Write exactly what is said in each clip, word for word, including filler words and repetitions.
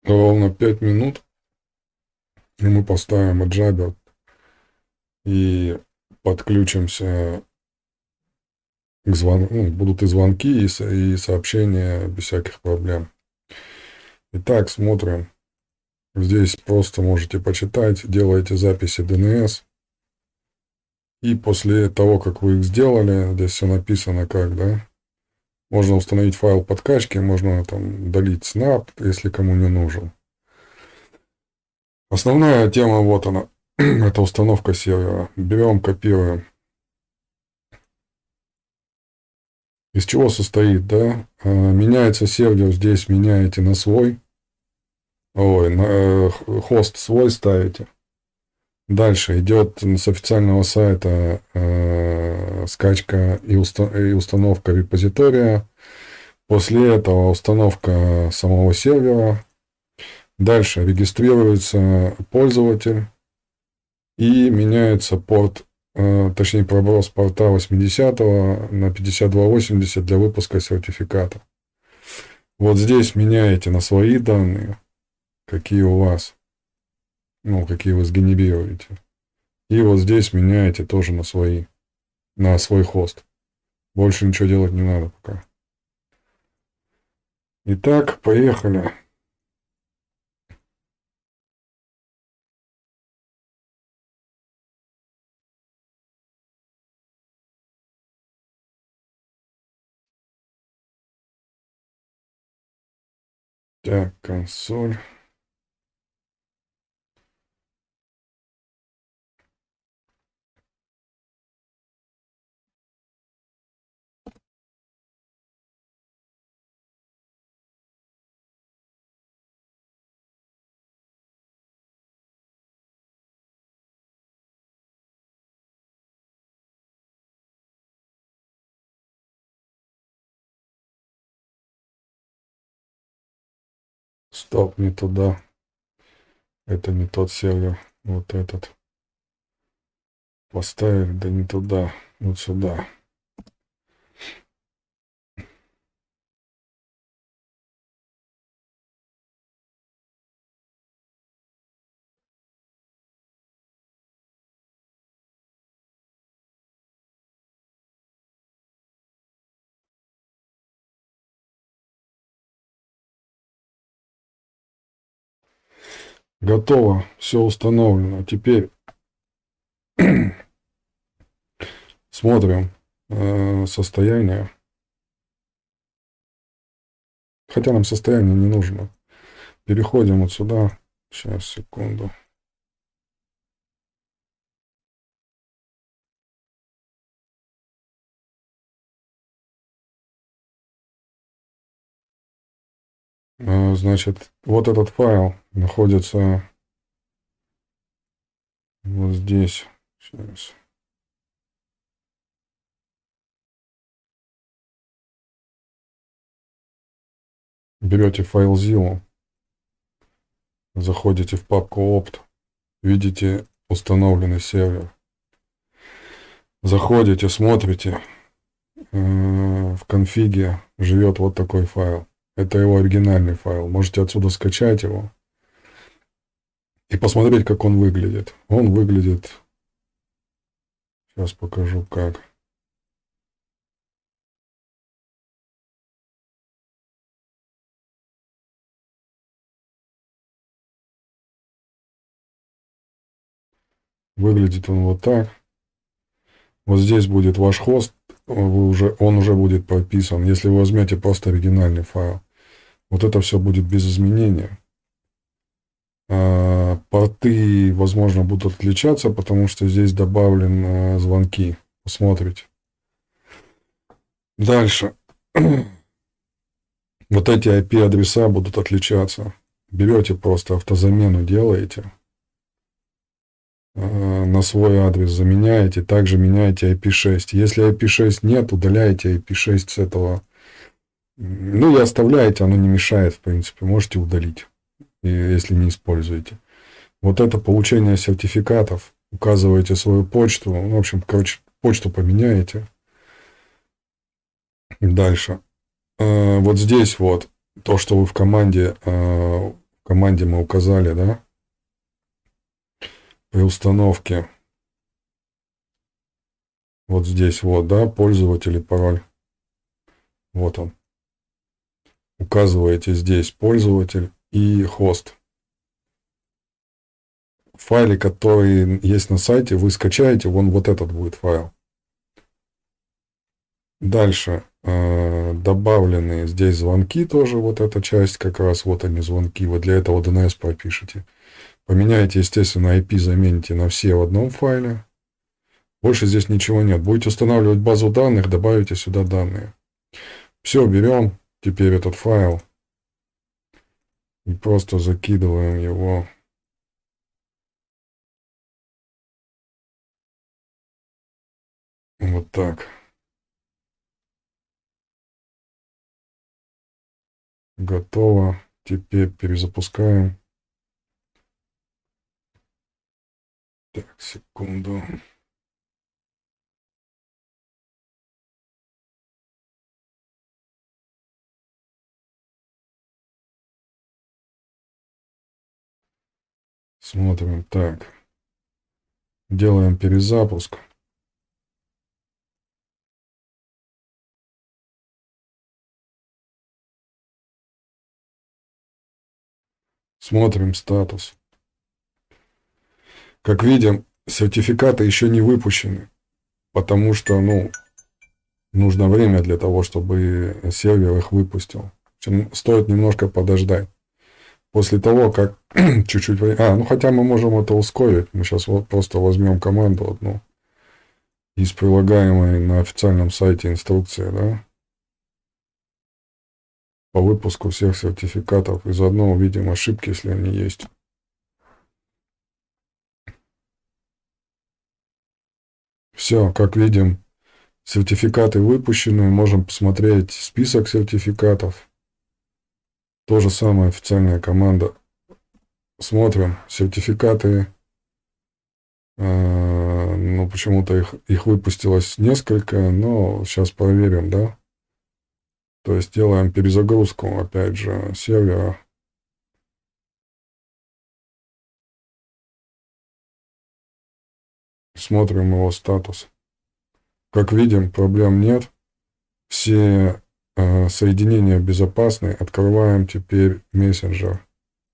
ровно пять минут, и мы поставим Jabber и подключимся к звонку. Ну, будут и звонки, и, со- и сообщения без всяких проблем. Итак, смотрим. Здесь просто можете почитать, делаете записи ди эн эс. И после того, как вы их сделали, здесь все написано как, да, можно установить файл подкачки, можно там удалить снап, если кому не нужен. Основная тема, вот она, это установка сервера. Берем, копируем. Из чего состоит, да? А, Меняется сервер, здесь меняете на свой. Ой, на, э, хост свой ставите. Дальше идет с официального сайта э, скачка и, уста- и установка репозитория. После этого установка самого сервера. Дальше регистрируется пользователь и меняется порт, э, точнее проброс порта восьмидесятого на пятьдесят два восемьдесят для выпуска сертификата. Вот здесь меняете на свои данные, какие у вас, ну, какие вы сгенерируете. И вот здесь меняете тоже на свои, на свой хост. Больше ничего делать не надо пока. Итак, поехали. Так, консоль. Стоп, не туда. Это не тот сервер. Вот этот. Поставили, да не туда. Вот сюда. Готово. Все установлено. Теперь смотрим э, состояние. Хотя нам состояние не нужно. Переходим вот сюда. Сейчас, секунду. Э, значит, вот этот файл находится вот здесь. Сейчас. Берете файл zil, заходите в папку opt, видите установленный сервер. Заходите, смотрите, э, в конфиге живет вот такой файл. Это его оригинальный файл. Можете отсюда скачать его и посмотреть, как он выглядит. Он выглядит... Сейчас покажу, как. Выглядит он вот так. Вот здесь будет ваш хост, вы уже, он уже будет прописан. Если вы возьмете просто оригинальный файл, вот это все будет без изменения. А, порты, возможно, будут отличаться, потому что здесь добавлены звонки. Посмотрите. Дальше. Вот эти ай пи-адреса будут отличаться. Берете просто автозамену, делаете. На свой адрес заменяете. Также меняете ай пи шесть. Если ай пи шесть нет, удаляете ай пи шесть с этого. Ну, и оставляете, оно не мешает, в принципе. Можете удалить, если не используете. Вот это получение сертификатов. Указываете свою почту. Ну, в общем, короче, почту поменяете. Дальше. Вот здесь вот то, что вы в команде, в команде мы указали, да, при установке. Вот здесь вот, да, пользователь и пароль. Вот он. Указываете здесь пользователь и хост. В файле, который есть на сайте, вы скачаете, вон вот этот будет файл. Дальше э, добавлены здесь звонки тоже, вот эта часть, как раз вот они звонки. Вот для этого ди эн эс пропишите. Поменяйте, естественно, ай пи замените на все в одном файле. Больше здесь ничего нет. Будете устанавливать базу данных, добавите сюда данные. Все, берем теперь этот файл и просто закидываем его. Вот так. Готово. Теперь перезапускаем. Так, секунду. Смотрим. Так. Делаем перезапуск. Смотрим статус. Как видим, сертификаты еще не выпущены, потому что, ну, нужно время для того, чтобы сервер их выпустил. Стоит немножко подождать. После того, как чуть-чуть... А, ну хотя мы можем это ускорить. Мы сейчас вот просто возьмем команду одну из прилагаемой на официальном сайте инструкции, да, по выпуску всех сертификатов. И заодно увидим ошибки, если они есть. Все, как видим, сертификаты выпущены. Можем посмотреть список сертификатов. То же самое официальная команда. Смотрим сертификаты. Э, ну, почему-то их, их выпустилось несколько, но сейчас проверим, да. То есть делаем перезагрузку, опять же, сервера. Смотрим его статус. Как видим, проблем нет. Все э, соединения безопасны. Открываем теперь мессенджер.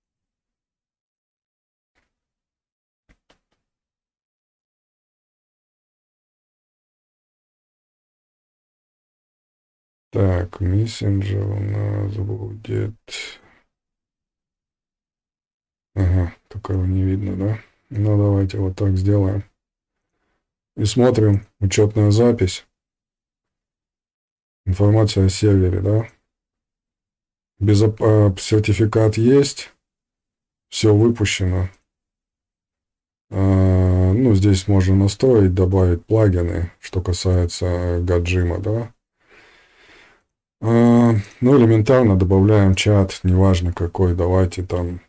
Так, мессенджер у нас будет... Ага, такого не видно, да? Ну, давайте вот так сделаем. И смотрим учетная запись. Информация о сервере, да? Безоп... Сертификат есть. Все выпущено. А, ну, здесь можно настроить, добавить плагины, что касается Гаджима, да? А, ну, элементарно добавляем чат, неважно какой, давайте там,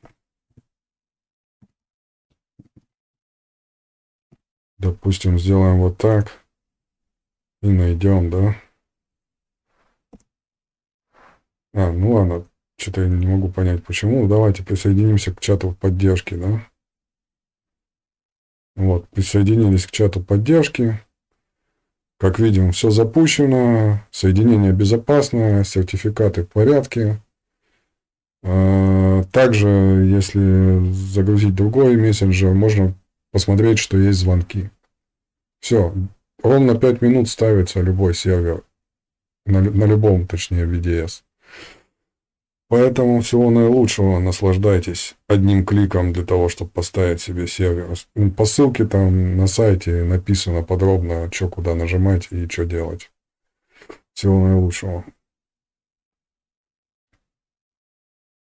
допустим, сделаем вот так и найдем, да? А, ну ладно, что-то я не могу понять, почему. Давайте присоединимся к чату поддержки, да? Вот, присоединились к чату поддержки. Как видим, все запущено, соединение безопасное, сертификаты в порядке. Также, если загрузить другой мессенджер, можно посмотреть, что есть звонки. Все, ровно пять минут ставится любой сервер, на, на любом, точнее, ви ди эс. Поэтому всего наилучшего, наслаждайтесь одним кликом для того, чтобы поставить себе сервер. По ссылке там на сайте написано подробно, что куда нажимать и что делать. Всего наилучшего.